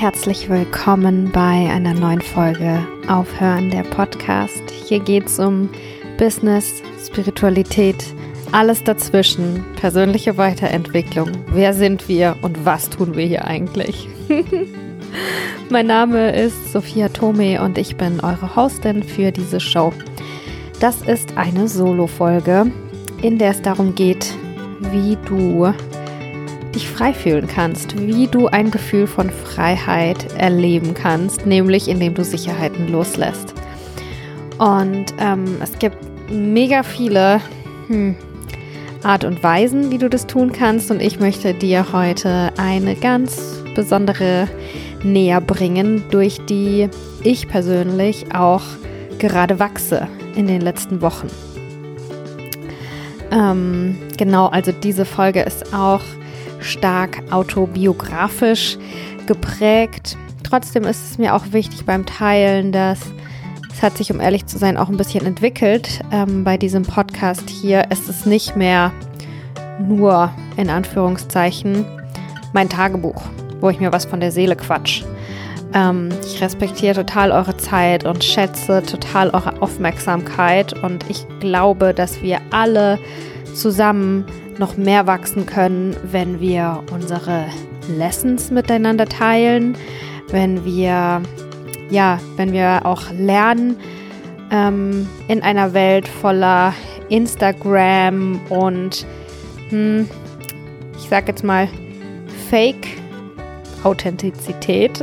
herzlich willkommen bei einer neuen Folge Aufhören, der Podcast. Hier geht es um Business, Spiritualität, alles dazwischen, persönliche Weiterentwicklung. Wer sind wir und was tun wir hier eigentlich? Mein Name ist Sophia Tome und ich bin eure Hostin für diese Show. Das ist eine Solo-Folge, in der es darum geht, wie du dich frei fühlen kannst, wie du ein Gefühl von Freiheit erleben kannst, nämlich indem du Sicherheiten loslässt. Und es gibt mega viele Art und Weisen, wie du das tun kannst, und ich möchte dir heute eine ganz besondere näher bringen, durch die ich persönlich auch gerade wachse in den letzten Wochen. Genau, also diese Folge ist auch stark autobiografisch geprägt. Trotzdem ist es mir auch wichtig beim Teilen, dass es hat sich, um ehrlich zu sein, auch ein bisschen entwickelt bei diesem Podcast hier. Es ist nicht mehr nur, in Anführungszeichen, mein Tagebuch, wo ich mir was von der Seele quatsch. Ich respektiere total eure Zeit und schätze total eure Aufmerksamkeit, und ich glaube, dass wir alle zusammen noch mehr wachsen können, wenn wir unsere Lessons miteinander teilen, wenn wir auch lernen, in einer Welt voller Instagram und ich sag jetzt mal Fake-Authentizität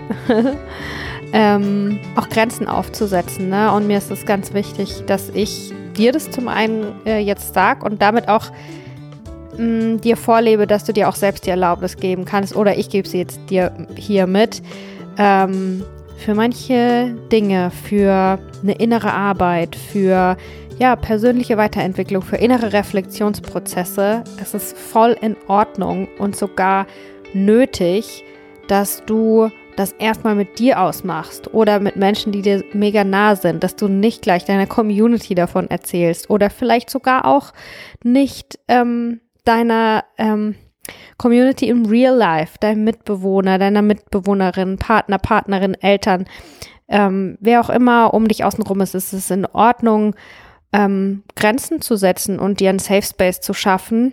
auch Grenzen aufzusetzen, ne? Und mir ist es ganz wichtig, dass ich dir das zum einen jetzt sage und damit auch dir vorlebe, dass du dir auch selbst die Erlaubnis geben kannst, oder ich gebe sie jetzt dir hier mit, für manche Dinge, für eine innere Arbeit, für persönliche Weiterentwicklung, für innere Reflexionsprozesse. Es ist voll in Ordnung und sogar nötig, dass du das erstmal mit dir ausmachst oder mit Menschen, die dir mega nah sind, dass du nicht gleich deiner Community davon erzählst oder vielleicht sogar auch nicht deiner Community im Real Life, deinem Mitbewohner, deiner Mitbewohnerin, Partner, Partnerin, Eltern, wer auch immer um dich außenrum ist. Es ist in Ordnung, Grenzen zu setzen und dir einen Safe Space zu schaffen,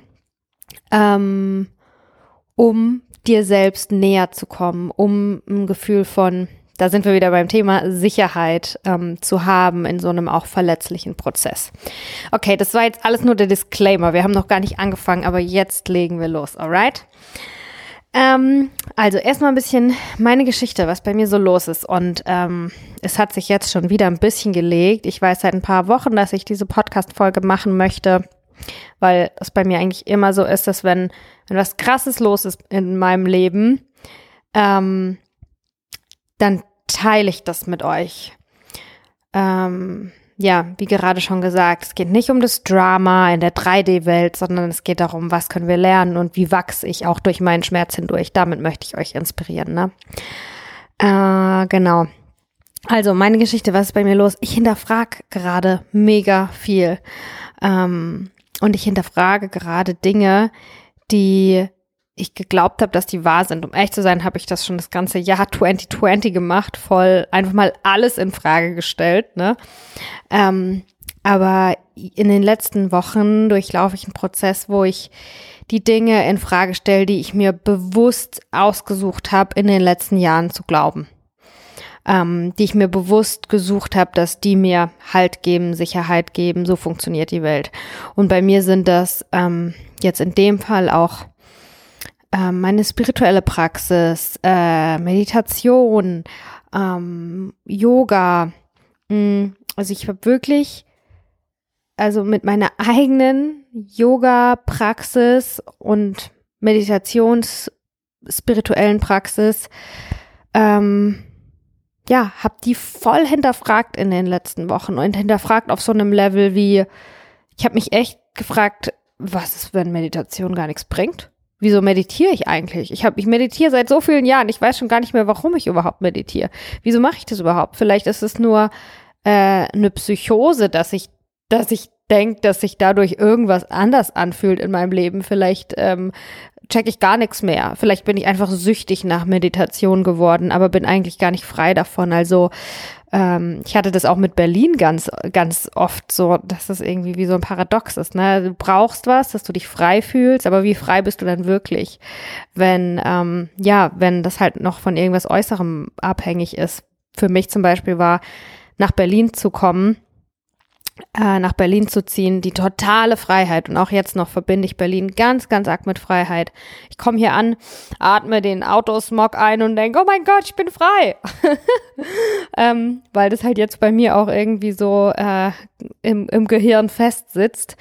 um dir selbst näher zu kommen, um ein Gefühl von, da sind wir wieder beim Thema Sicherheit, zu haben in so einem auch verletzlichen Prozess. Okay, das war jetzt alles nur der Disclaimer. Wir haben noch gar nicht angefangen, aber jetzt legen wir los, alright? Also erstmal ein bisschen meine Geschichte, was bei mir so los ist. Und es hat sich jetzt schon wieder ein bisschen gelegt. Ich weiß seit ein paar Wochen, dass ich diese Podcast-Folge machen möchte, weil es bei mir eigentlich immer so ist, dass wenn was Krasses los ist in meinem Leben, dann teile ich das mit euch. Wie gerade schon gesagt, es geht nicht um das Drama in der 3D-Welt, sondern es geht darum, was können wir lernen und wie wachse ich auch durch meinen Schmerz hindurch. Damit möchte ich euch inspirieren, ne? Genau. Also meine Geschichte, was ist bei mir los? Ich hinterfrage gerade mega viel. Und ich hinterfrage gerade Dinge, die ich geglaubt habe, dass die wahr sind. Um ehrlich zu sein, habe ich das schon das ganze Jahr 2020 gemacht, voll einfach mal alles in Frage gestellt, ne? Aber in den letzten Wochen durchlaufe ich einen Prozess, wo ich die Dinge in Frage stelle, die ich mir bewusst ausgesucht habe, in den letzten Jahren zu glauben. Die ich mir bewusst gesucht habe, dass die mir Halt geben, Sicherheit geben, so funktioniert die Welt. Und bei mir sind das jetzt in dem Fall auch meine spirituelle Praxis, Meditation, Yoga. Also ich habe wirklich, mit meiner eigenen Yoga-Praxis und Meditations-spirituellen Praxis, habe die voll hinterfragt in den letzten Wochen und hinterfragt auf so einem Level wie, ich habe mich echt gefragt, was ist, wenn Meditation gar nichts bringt? Wieso meditiere ich eigentlich? Ich meditiere seit so vielen Jahren, ich weiß schon gar nicht mehr, warum ich überhaupt meditiere. Wieso mache ich das überhaupt? Vielleicht ist es nur eine Psychose, dass ich denke, dass sich dadurch irgendwas anders anfühlt in meinem Lem. Vielleicht check ich gar nichts mehr. Vielleicht bin ich einfach süchtig nach Meditation geworden, aber bin eigentlich gar nicht frei davon. Also ich hatte das auch mit Berlin ganz, ganz oft so, dass das irgendwie wie so ein Paradox ist, ne? Du brauchst was, dass du dich frei fühlst, aber wie frei bist du dann wirklich, wenn, wenn das halt noch von irgendwas Äußerem abhängig ist. Für mich zum Beispiel war, nach Berlin zu kommen, nach Berlin zu ziehen, die totale Freiheit. Und auch jetzt noch verbinde ich Berlin ganz, ganz arg mit Freiheit. Ich komme hier an, atme den Autosmog ein und denke, oh mein Gott, ich bin frei. Weil das halt jetzt bei mir auch irgendwie so im Gehirn festsitzt.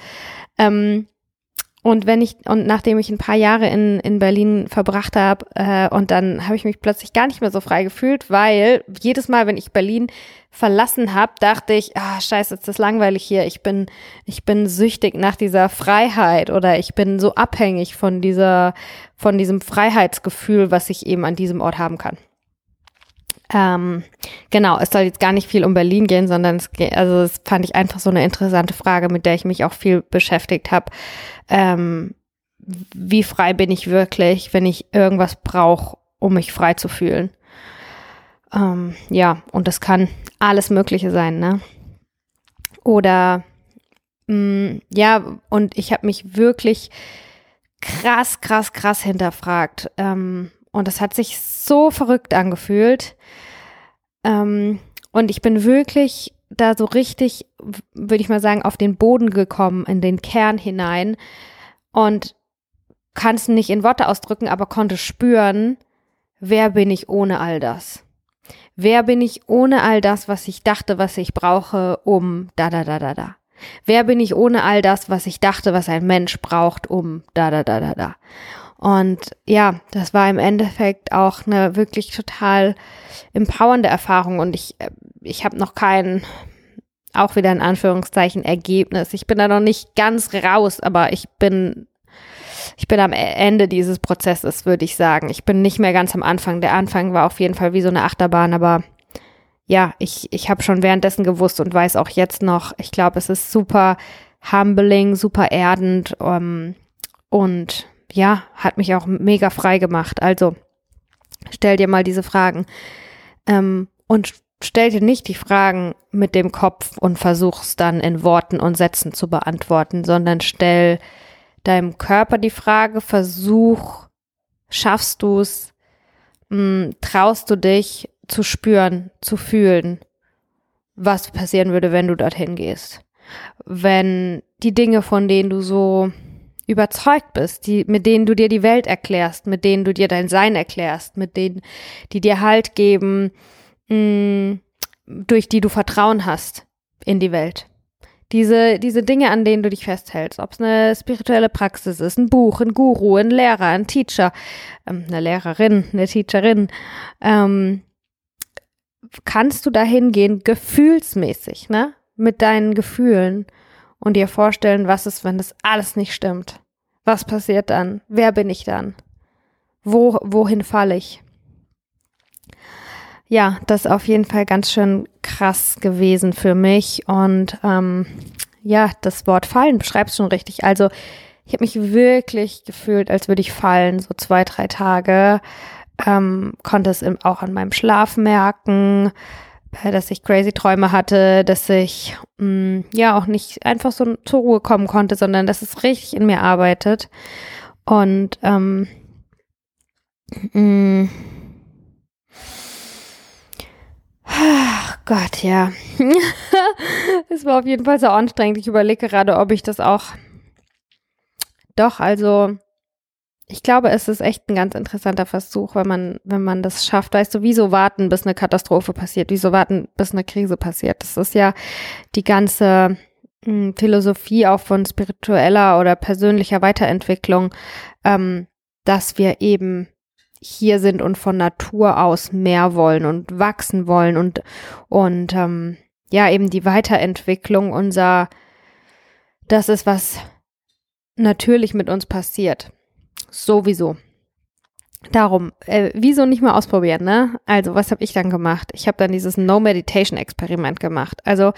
Und nachdem ich ein paar Jahre in Berlin verbracht habe, und dann habe ich mich plötzlich gar nicht mehr so frei gefühlt, weil jedes Mal, wenn ich Berlin verlassen habe, dachte ich, scheiße, ist das langweilig hier. Ich bin süchtig nach dieser Freiheit oder ich bin so abhängig von diesem Freiheitsgefühl, was ich eben an diesem Ort haben kann. Genau, es soll jetzt gar nicht viel um Berlin gehen, sondern das fand ich einfach so eine interessante Frage, mit der ich mich auch viel beschäftigt habe. Wie frei bin ich wirklich, wenn ich irgendwas brauche, um mich frei zu fühlen? Und das kann alles Mögliche sein, ne? Oder, und ich habe mich wirklich krass hinterfragt. Und das hat sich so verrückt angefühlt. Und ich bin wirklich da so richtig, würde ich mal sagen, auf den Boden gekommen, in den Kern hinein und kann es nicht in Worte ausdrücken, aber konnte spüren, wer bin ich ohne all das? Wer bin ich ohne all das, was ich dachte, was ich brauche, um da. Wer bin ich ohne all das, was ich dachte, was ein Mensch braucht, um da. Und ja, das war im Endeffekt auch eine wirklich total empowernde Erfahrung und ich habe noch kein, auch wieder in Anführungszeichen, Ergebnis. Ich bin da noch nicht ganz raus, aber ich bin am Ende dieses Prozesses, würde ich sagen. Ich bin nicht mehr ganz am Anfang. Der Anfang war auf jeden Fall wie so eine Achterbahn, aber ja, ich habe schon währenddessen gewusst und weiß auch jetzt noch, ich glaube, es ist super humbling, super erdend und ja, hat mich auch mega frei gemacht. Also stell dir mal diese Fragen und stell dir nicht die Fragen mit dem Kopf und versuch's dann in Worten und Sätzen zu beantworten, sondern stell deinem Körper die Frage, schaffst du es, traust du dich zu spüren, zu fühlen, was passieren würde, wenn du dorthin gehst. Wenn die Dinge, von denen du so überzeugt bist, mit denen du dir die Welt erklärst, mit denen du dir dein Sein erklärst, mit denen, die dir Halt geben, durch die du Vertrauen hast in die Welt. Diese Dinge, an denen du dich festhältst, ob es eine spirituelle Praxis ist, ein Buch, ein Guru, ein Lehrer, ein Teacher, eine Lehrerin, eine Teacherin, kannst du dahin gehen, gefühlsmäßig, ne, mit deinen Gefühlen und dir vorstellen, was ist, wenn das alles nicht stimmt? Was passiert dann? Wer bin ich dann? Wohin falle ich? Ja, das ist auf jeden Fall ganz schön krass gewesen für mich und das Wort fallen beschreibt es schon richtig. Also ich habe mich wirklich gefühlt, als würde ich fallen, so 2-3 Tage, konnte es auch an meinem Schlaf merken, dass ich crazy Träume hatte, dass ich auch nicht einfach so zur Ruhe kommen konnte, sondern dass es richtig in mir arbeitet und ach Gott, ja. Es war auf jeden Fall so anstrengend. Ich überlege gerade, ob ich das auch. Doch, also ich glaube, es ist echt ein ganz interessanter Versuch, wenn man das schafft. Weißt du, wieso warten, bis eine Katastrophe passiert? Wieso warten, bis eine Krise passiert? Das ist ja die ganze Philosophie auch von spiritueller oder persönlicher Weiterentwicklung, dass wir eben hier sind und von Natur aus mehr wollen und wachsen wollen und eben die Weiterentwicklung das ist, was natürlich mit uns passiert. Sowieso. Darum, wieso nicht mal ausprobieren, ne? Also, was habe ich dann gemacht? Ich habe dann dieses No-Meditation-Experiment gemacht. Also,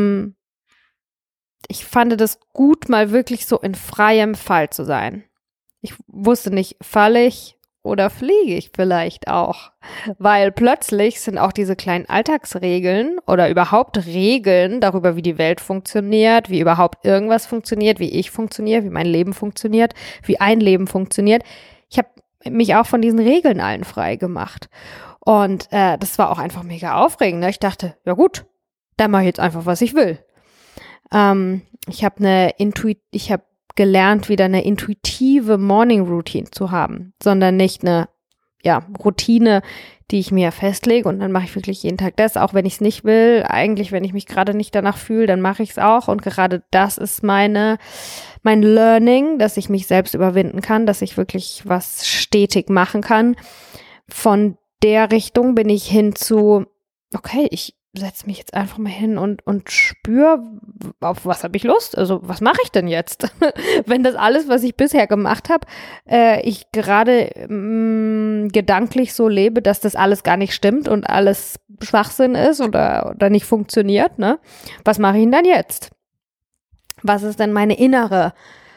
ich fand das gut, mal wirklich so in freiem Fall zu sein. Ich wusste nicht, falle ich oder fliege ich vielleicht auch? Weil plötzlich sind auch diese kleinen Alltagsregeln oder überhaupt Regeln darüber, wie die Welt funktioniert, wie überhaupt irgendwas funktioniert, wie ich funktioniere, wie mein Leben funktioniert, wie ein Leben funktioniert. Ich habe mich auch von diesen Regeln allen frei gemacht. Und das war auch einfach mega aufregend. Ne? Ich dachte, ja gut, dann mache ich jetzt einfach, was ich will. Ich habe gelernt, wieder eine intuitive Morning Routine zu haben, sondern nicht eine Routine, die ich mir festlege und dann mache ich wirklich jeden Tag das, auch wenn ich es nicht will. Eigentlich, wenn ich mich gerade nicht danach fühle, dann mache ich es auch und gerade das ist mein Learning, dass ich mich selbst überwinden kann, dass ich wirklich was stetig machen kann. Von der Richtung bin ich hin zu, okay, ich setze mich jetzt einfach mal hin und spüre, auf was habe ich Lust? Also was mache ich denn jetzt? Wenn das alles, was ich bisher gemacht habe, ich gerade gedanklich so lebe, dass das alles gar nicht stimmt und alles Schwachsinn ist oder nicht funktioniert, ne? Was mache ich denn dann jetzt? Was ist denn meine innere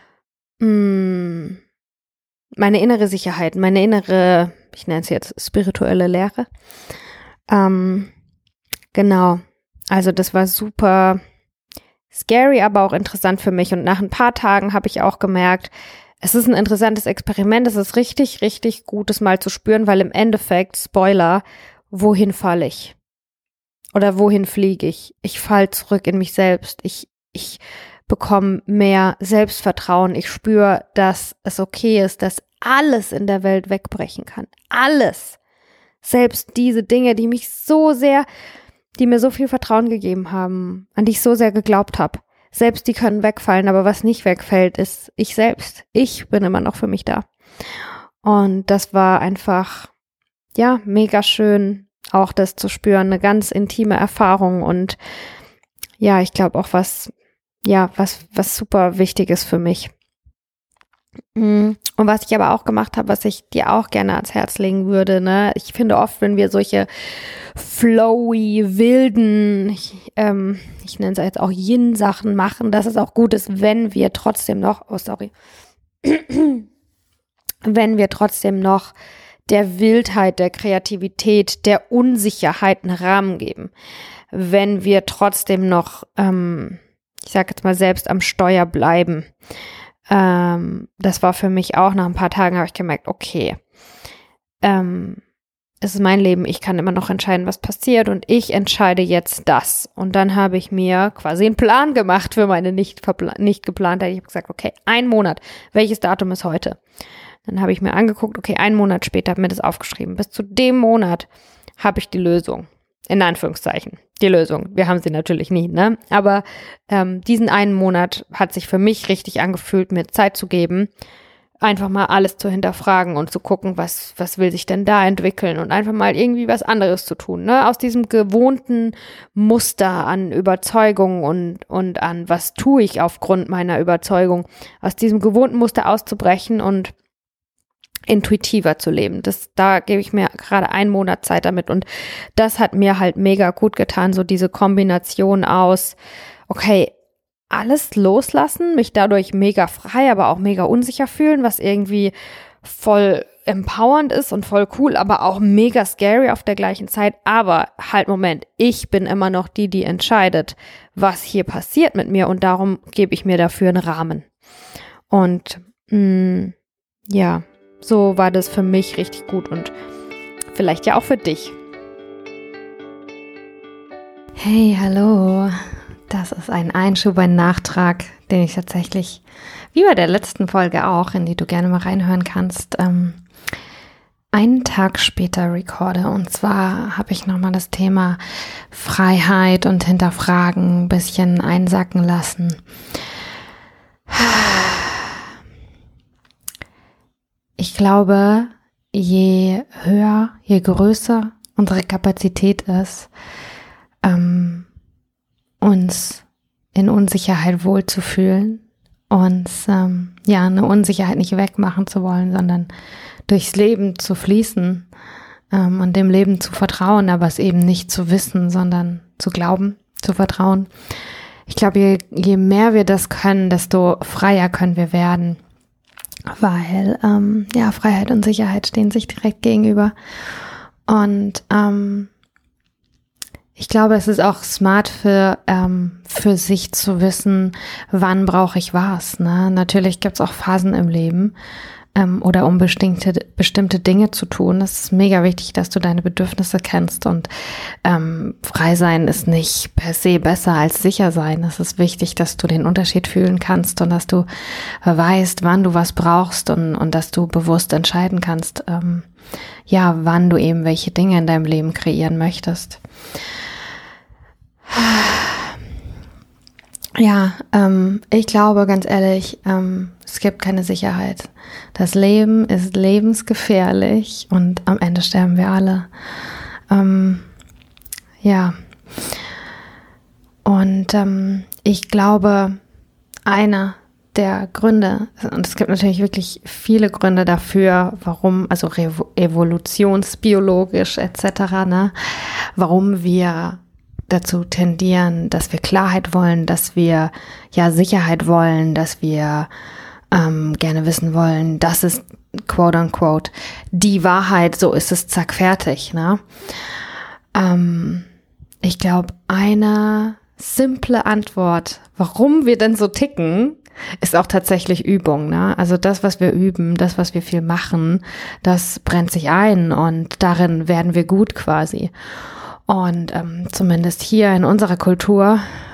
Sicherheit, meine innere, ich nenne es jetzt spirituelle Lehre? Genau, also das war super scary, aber auch interessant für mich und nach ein paar Tagen habe ich auch gemerkt, es ist ein interessantes Experiment, es ist richtig, richtig gut, das mal zu spüren, weil im Endeffekt, Spoiler, wohin falle ich? Oder wohin fliege ich? Ich falle zurück in mich selbst, ich bekomme mehr Selbstvertrauen, ich spüre, dass es okay ist, dass alles in der Welt wegbrechen kann, alles, selbst diese Dinge, die mir so viel Vertrauen gegeben haben, an die ich so sehr geglaubt habe. Selbst die können wegfallen, aber was nicht wegfällt, ist ich selbst. Ich bin immer noch für mich da. Und das war einfach, mega schön, auch das zu spüren, eine ganz intime Erfahrung und ich glaube auch was super wichtig ist für mich. Und was ich aber auch gemacht habe, was ich dir auch gerne ans Herz legen würde, ne? Ich finde oft, wenn wir solche flowy, wilden, ich nenne es jetzt auch Yin-Sachen machen, dass es auch gut ist, wenn wir trotzdem noch, wenn wir trotzdem noch der Wildheit, der Kreativität, der Unsicherheit einen Rahmen geben. Wenn wir trotzdem noch, ich sage jetzt mal, selbst am Steuer bleiben. Das war für mich auch, nach ein paar Tagen habe ich gemerkt, okay, es ist mein Leben, ich kann immer noch entscheiden, was passiert und ich entscheide jetzt das. Und dann habe ich mir quasi einen Plan gemacht für meine nicht geplante. Ich habe gesagt, okay, 1 Monat, welches Datum ist heute? Dann habe ich mir angeguckt, okay, 1 Monat später, habe mir das aufgeschrieben. Bis zu dem Monat habe ich die Lösung. In Anführungszeichen, die Lösung. Wir haben sie natürlich nie, ne? Aber diesen 1 Monat hat sich für mich richtig angefühlt, mir Zeit zu geben, einfach mal alles zu hinterfragen und zu gucken, was will sich denn da entwickeln und einfach mal irgendwie was anderes zu tun, ne? Aus diesem gewohnten Muster an Überzeugung und an was tue ich aufgrund meiner Überzeugung, aus diesem gewohnten Muster auszubrechen und intuitiver zu leben. Da gebe ich mir gerade 1 Monat Zeit damit und das hat mir halt mega gut getan, so diese Kombination aus, okay, alles loslassen, mich dadurch mega frei, aber auch mega unsicher fühlen, was irgendwie voll empowernd ist und voll cool, aber auch mega scary auf der gleichen Zeit. Aber halt, Moment, ich bin immer noch die entscheidet, was hier passiert mit mir und darum gebe ich mir dafür einen Rahmen. Und so war das für mich richtig gut und vielleicht ja auch für dich. Hey, hallo. Das ist ein Einschub, ein Nachtrag, den ich tatsächlich, wie bei der letzten Folge auch, in die du gerne mal reinhören kannst, einen Tag später recorde. Und zwar habe ich nochmal das Thema Freiheit und Hinterfragen ein bisschen einsacken lassen. Ich glaube, je höher, je größer unsere Kapazität ist, uns in Unsicherheit wohlzufühlen, uns eine Unsicherheit nicht wegmachen zu wollen, sondern durchs Leben zu fließen und dem Leben zu vertrauen, aber es eben nicht zu wissen, sondern zu glauben, zu vertrauen. Ich glaube, je mehr wir das können, desto freier können wir werden. weil Freiheit und Sicherheit stehen sich direkt gegenüber. Und ich glaube, es ist auch smart für sich zu wissen, wann brauche ich was. Ne? Natürlich gibt es auch Phasen im Leben oder um bestimmte Dinge zu tun. Es ist mega wichtig, dass du deine Bedürfnisse kennst und frei sein ist nicht per se besser als sicher sein. Es ist wichtig, dass du den Unterschied fühlen kannst und dass du weißt, wann du was brauchst und dass du bewusst entscheiden kannst, wann du eben welche Dinge in deinem Leben kreieren möchtest. Ja, ich glaube ganz ehrlich, es gibt keine Sicherheit. Das Leben ist lebensgefährlich und am Ende sterben wir alle. Und ich glaube, einer der Gründe, und es gibt natürlich wirklich viele Gründe dafür, warum, also evolutionsbiologisch etc., ne, warum wir dazu tendieren, dass wir Klarheit wollen, dass wir Sicherheit wollen, dass wir gerne wissen wollen, das ist quote unquote die Wahrheit, so ist es, zack, fertig. Ne? Ich glaube, eine simple Antwort, warum wir denn so ticken, ist auch tatsächlich Übung. Ne? Also das, was wir üben, das, was wir viel machen, das brennt sich ein und darin werden wir gut quasi. Und zumindest hier in unserer Kultur,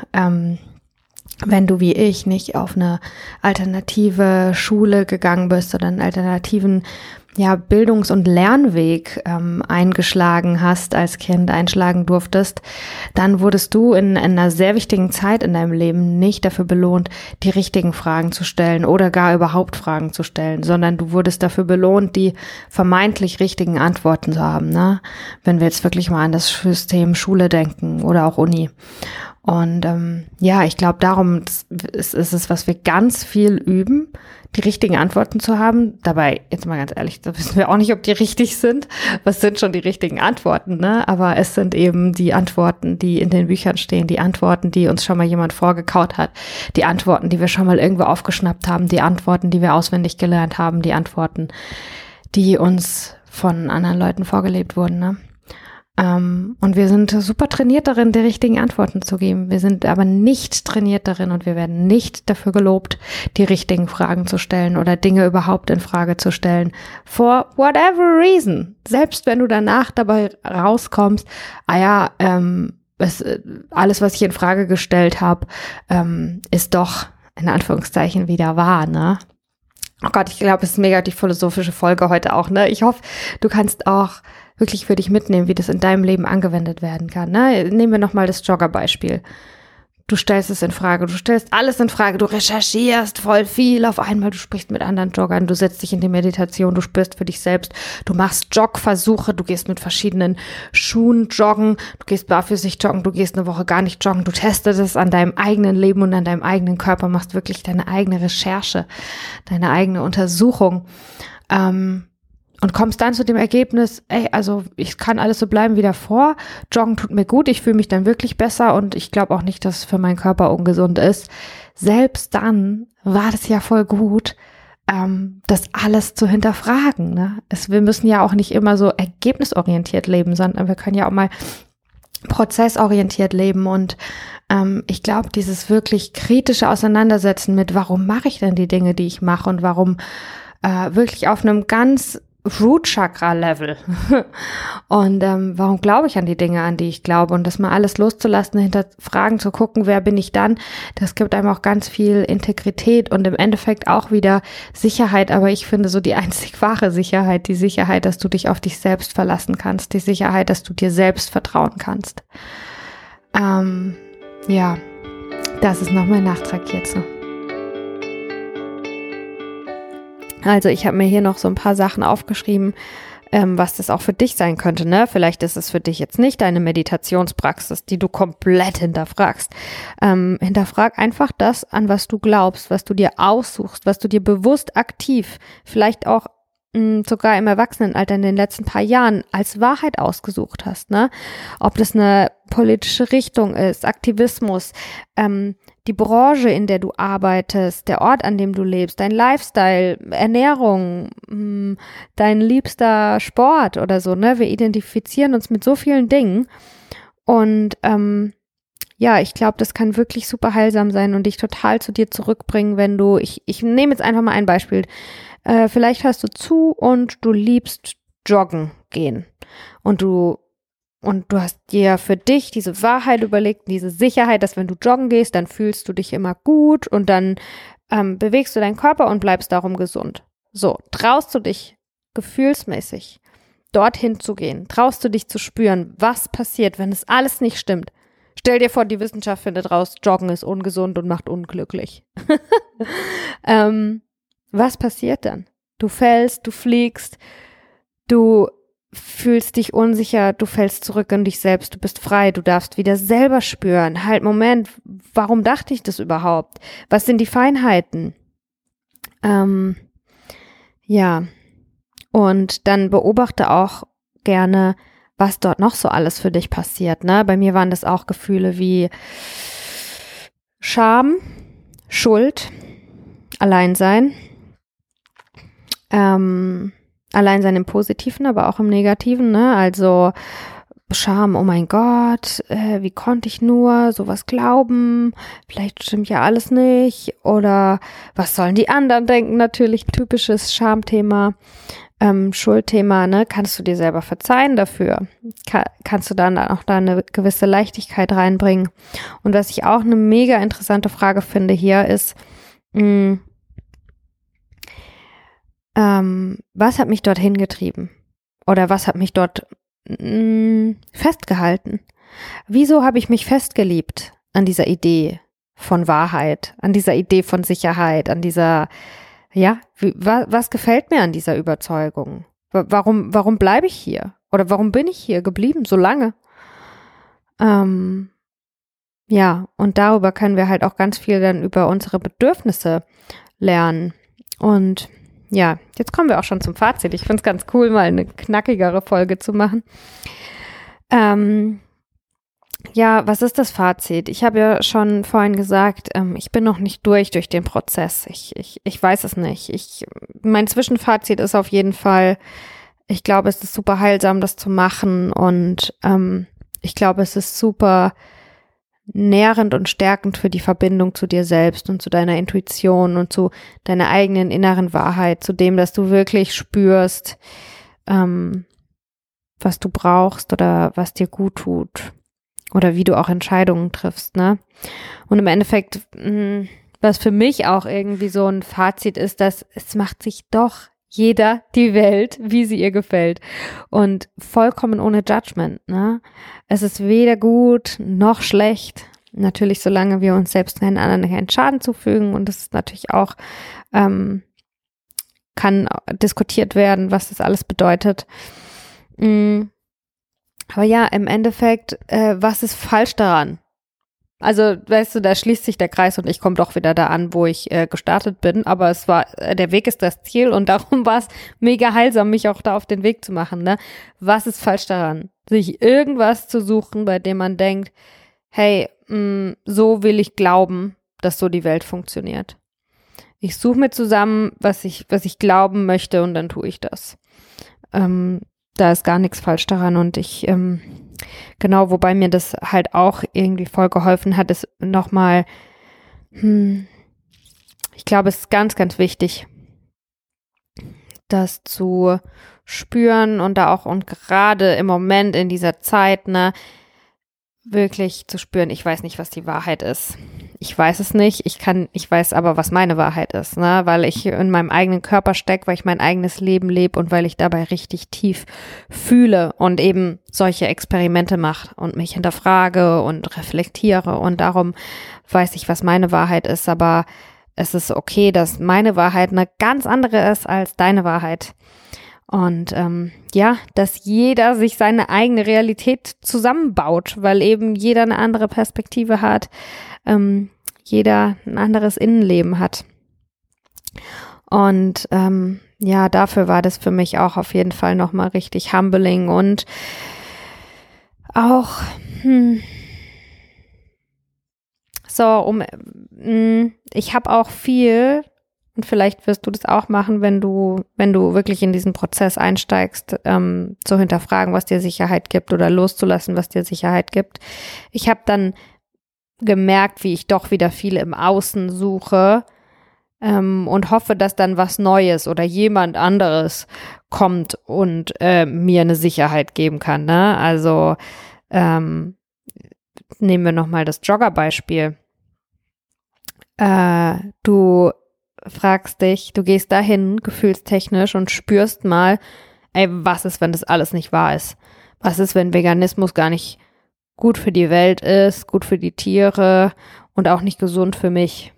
wenn du wie ich nicht auf eine alternative Schule gegangen bist oder einen alternativen Bildungs- und Lernweg eingeschlagen hast, als Kind einschlagen durftest, dann wurdest du in einer sehr wichtigen Zeit in deinem Leben nicht dafür belohnt, die richtigen Fragen zu stellen oder gar überhaupt Fragen zu stellen, sondern du wurdest dafür belohnt, die vermeintlich richtigen Antworten zu haben, ne? Wenn wir jetzt wirklich mal an das System Schule denken oder auch Uni. Und ich glaube, darum ist es, was wir ganz viel üben, die richtigen Antworten zu haben. Dabei, jetzt mal ganz ehrlich, da wissen wir auch nicht, ob die richtig sind. Was sind schon die richtigen Antworten, ne? Aber es sind eben die Antworten, die in den Büchern stehen, die Antworten, die uns schon mal jemand vorgekaut hat, die Antworten, die wir schon mal irgendwo aufgeschnappt haben, die Antworten, die wir auswendig gelernt haben, die Antworten, die uns von anderen Leuten vorgelebt wurden, ne? Und wir sind super trainiert darin, die richtigen Antworten zu geben. Wir sind aber nicht trainiert darin und wir werden nicht dafür gelobt, die richtigen Fragen zu stellen oder Dinge überhaupt in Frage zu stellen. For whatever reason. Selbst wenn du danach dabei rauskommst, alles, was ich in Frage gestellt habe, ist doch in Anführungszeichen wieder wahr, ne? Oh Gott, ich glaube, es ist mega die philosophische Folge heute auch, ne? Ich hoffe, du kannst auch wirklich für dich mitnehmen, wie das in deinem Leben angewendet werden kann. Ne? Nehmen wir nochmal das Jogger-Beispiel. Du stellst es in Frage, du stellst alles in Frage, du recherchierst voll viel auf einmal, du sprichst mit anderen Joggern, du setzt dich in die Meditation, du spürst für dich selbst, du machst Jogversuche, du gehst mit verschiedenen Schuhen joggen, du gehst barfüßig joggen, du gehst eine Woche gar nicht joggen, du testest es an deinem eigenen Leben und an deinem eigenen Körper, machst wirklich deine eigene Recherche, deine eigene Untersuchung, und kommst dann zu dem Ergebnis, also ich kann alles so bleiben wie davor, Joggen tut mir gut, ich fühle mich dann wirklich besser und ich glaube auch nicht, dass es für meinen Körper ungesund ist. Selbst dann war das ja voll gut, das alles zu hinterfragen. Ne? Wir müssen ja auch nicht immer so ergebnisorientiert leben, sondern wir können ja auch mal prozessorientiert leben und ich glaube, dieses wirklich kritische Auseinandersetzen mit, warum mache ich denn die Dinge, die ich mache und warum wirklich auf einem ganz Root-Chakra-Level. Und warum glaube ich an die Dinge, an die ich glaube? Und das mal alles loszulassen, hinterfragen, zu gucken, wer bin ich dann? Das gibt einem auch ganz viel Integrität und im Endeffekt auch wieder Sicherheit. Aber ich finde so die einzig wahre Sicherheit, die Sicherheit, dass du dich auf dich selbst verlassen kannst, die Sicherheit, dass du dir selbst vertrauen kannst. Das ist noch mein Nachtrag hierzu. Also ich habe mir hier noch so ein paar Sachen aufgeschrieben, was das auch für dich sein könnte, ne? Vielleicht ist es für dich jetzt nicht deine Meditationspraxis, die du komplett hinterfragst. Hinterfrag einfach das, an was du glaubst, was du dir aussuchst, was du dir bewusst aktiv, vielleicht auch sogar im Erwachsenenalter in den letzten paar Jahren als Wahrheit ausgesucht hast, ne? Ob das eine politische Richtung ist, Aktivismus, die Branche, in der du arbeitest, der Ort, an dem du lebst, dein Lifestyle, Ernährung, dein liebster Sport oder so, ne? Wir identifizieren uns mit so vielen Dingen und ja, ich glaube, das kann wirklich super heilsam sein und dich total zu dir zurückbringen, wenn du, ich nehme jetzt einfach mal ein Beispiel, vielleicht hörst du zu und du liebst joggen gehen und du hast dir für dich diese Wahrheit überlegt, diese Sicherheit, dass wenn du joggen gehst, dann fühlst du dich immer gut und dann bewegst du deinen Körper und bleibst darum gesund. So, traust du dich gefühlsmäßig dorthin zu gehen? Traust du dich zu spüren, was passiert, wenn es alles nicht stimmt? Stell dir vor, die Wissenschaft findet raus, Joggen ist ungesund und macht unglücklich. Was passiert dann? Du fällst, du fliegst, du fühlst dich unsicher, du fällst zurück in dich selbst, du bist frei, du darfst wieder selber spüren. Halt, Moment, warum dachte ich das überhaupt? Was sind die Feinheiten? Ja, und dann beobachte auch gerne, was dort noch so alles für dich passiert, ne? Bei mir waren das auch Gefühle wie Scham, Schuld, Alleinsein, Alleinsein im Positiven, aber auch im Negativen, ne? Also Scham, oh mein Gott, wie konnte ich nur sowas glauben? Vielleicht stimmt ja alles nicht. Oder was sollen die anderen denken? Natürlich typisches Schamthema, Schuldthema, ne? Kannst du dir selber verzeihen dafür? Kannst du dann auch da eine gewisse Leichtigkeit reinbringen? Und was ich auch eine mega interessante Frage finde hier ist, was hat mich dorthin getrieben? Oder was hat mich dort festgehalten? Wieso habe ich mich festgeliebt an dieser Idee von Wahrheit, an dieser Idee von Sicherheit, an dieser, ja, was gefällt mir an dieser Überzeugung? Warum bleibe ich hier? Oder warum bin ich hier geblieben so lange? Ja, und darüber können wir halt auch ganz viel dann über unsere Bedürfnisse lernen. Und ja, jetzt kommen wir auch schon zum Fazit. Ich finde es ganz cool, mal eine knackigere Folge zu machen. Ja, was ist das Fazit? Ich habe ja schon vorhin gesagt, ich bin noch nicht durch den Prozess. Ich weiß es nicht. Mein Zwischenfazit ist auf jeden Fall, ich glaube, es ist super heilsam, das zu machen und ich glaube, es ist super nährend und stärkend für die Verbindung zu dir selbst und zu deiner Intuition und zu deiner eigenen inneren Wahrheit, zu dem, dass du wirklich spürst, was du brauchst oder was dir gut tut oder wie du auch Entscheidungen triffst, ne? Und im Endeffekt, was für mich auch irgendwie so ein Fazit ist, dass es macht sich doch jeder die Welt, wie sie ihr gefällt und vollkommen ohne Judgment, ne? Es ist weder gut noch schlecht, natürlich solange wir uns selbst keinen anderen keinen Schaden zufügen und das ist natürlich auch, kann diskutiert werden, was das alles bedeutet. Aber ja, im Endeffekt, was ist falsch daran? Also, weißt du, da schließt sich der Kreis und ich komme doch wieder da an, wo ich gestartet bin, aber der Weg ist das Ziel und darum war es mega heilsam, mich auch da auf den Weg zu machen, ne? Was ist falsch daran? Sich irgendwas zu suchen, bei dem man denkt, hey, so will ich glauben, dass so die Welt funktioniert. Ich suche mir zusammen, was ich glauben möchte und dann tue ich das. Da ist gar nichts falsch daran und genau, wobei mir das halt auch irgendwie voll geholfen hat, ist nochmal, ich glaube, es ist ganz, ganz wichtig, das zu spüren und da auch und gerade im Moment in dieser Zeit, ne, wirklich zu spüren, ich weiß nicht, was die Wahrheit ist. Ich weiß es nicht, ich weiß aber, was meine Wahrheit ist, ne, weil ich in meinem eigenen Körper stecke, weil ich mein eigenes Leben lebe und weil ich dabei richtig tief fühle und eben solche Experimente mache und mich hinterfrage und reflektiere und darum weiß ich, was meine Wahrheit ist, aber es ist okay, dass meine Wahrheit eine ganz andere ist als deine Wahrheit. Und ja, dass jeder sich seine eigene Realität zusammenbaut, weil eben jeder eine andere Perspektive hat, jeder ein anderes Innenleben hat. Und ja, dafür war das für mich auch auf jeden Fall nochmal richtig humbling und auch ich habe auch viel, und vielleicht wirst du das auch machen, wenn du wirklich in diesen Prozess einsteigst, zu hinterfragen, was dir Sicherheit gibt oder loszulassen, was dir Sicherheit gibt. Ich habe dann gemerkt, wie ich doch wieder viel im Außen suche und hoffe, dass dann was Neues oder jemand anderes kommt und mir eine Sicherheit geben kann. Ne? Also nehmen wir nochmal das Jogger-Beispiel. Du fragst dich, du gehst dahin, gefühlstechnisch und spürst mal, ey, was ist, wenn das alles nicht wahr ist? Was ist, wenn Veganismus gar nicht gut für die Welt ist, gut für die Tiere und auch nicht gesund für mich?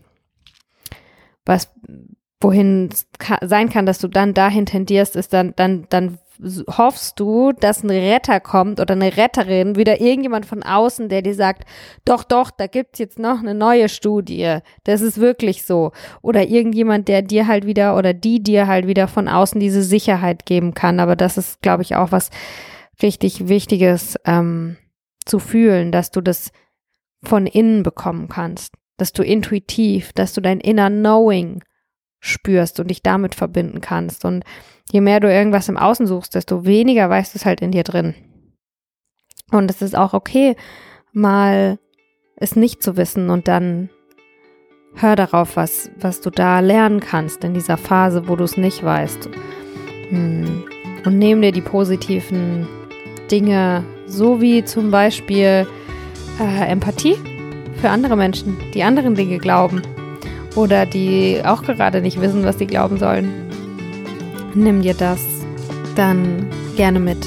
Wohin es sein kann, dass du dann dahin tendierst, ist dann hoffst du, dass ein Retter kommt oder eine Retterin, wieder irgendjemand von außen, der dir sagt, doch, da gibt's jetzt noch eine neue Studie, das ist wirklich so. Oder irgendjemand, der dir halt wieder oder die dir halt wieder von außen diese Sicherheit geben kann. Aber das ist, glaube ich, auch was richtig Wichtiges zu fühlen, dass du das von innen bekommen kannst, dass du intuitiv, dass du dein inner Knowing spürst und dich damit verbinden kannst. Und je mehr du irgendwas im Außen suchst, desto weniger weißt du es halt in dir drin. Und es ist auch okay, mal es nicht zu wissen und dann hör darauf, was du da lernen kannst in dieser Phase, wo du es nicht weißt. Und nimm dir die positiven Dinge, so wie zum Beispiel Empathie für andere Menschen, die anderen Dinge glauben oder die auch gerade nicht wissen, was sie glauben sollen. Nimm dir das dann gerne mit.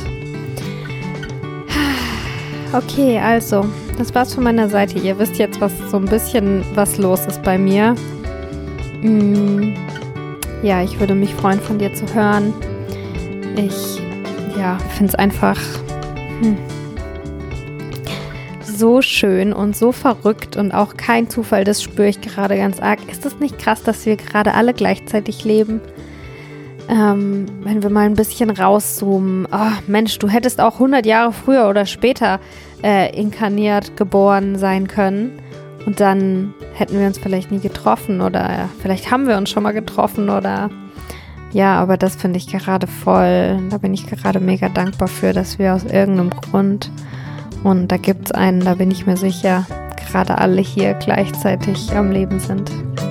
Okay, also, das war's von meiner Seite. Ihr wisst jetzt, was los ist bei mir. Ja, ich würde mich freuen, von dir zu hören. Ich finde es einfach so schön und so verrückt und auch kein Zufall, das spüre ich gerade ganz arg. Ist es nicht krass, dass wir gerade alle gleichzeitig leben? Wenn wir mal ein bisschen rauszoomen. Oh, Mensch, du hättest auch 100 Jahre früher oder später inkarniert geboren sein können und dann hätten wir uns vielleicht nie getroffen oder vielleicht haben wir uns schon mal getroffen oder ja, aber das finde ich gerade da bin ich gerade mega dankbar für, dass wir aus irgendeinem Grund, und da gibt es einen, da bin ich mir sicher, gerade alle hier gleichzeitig am Leben sind.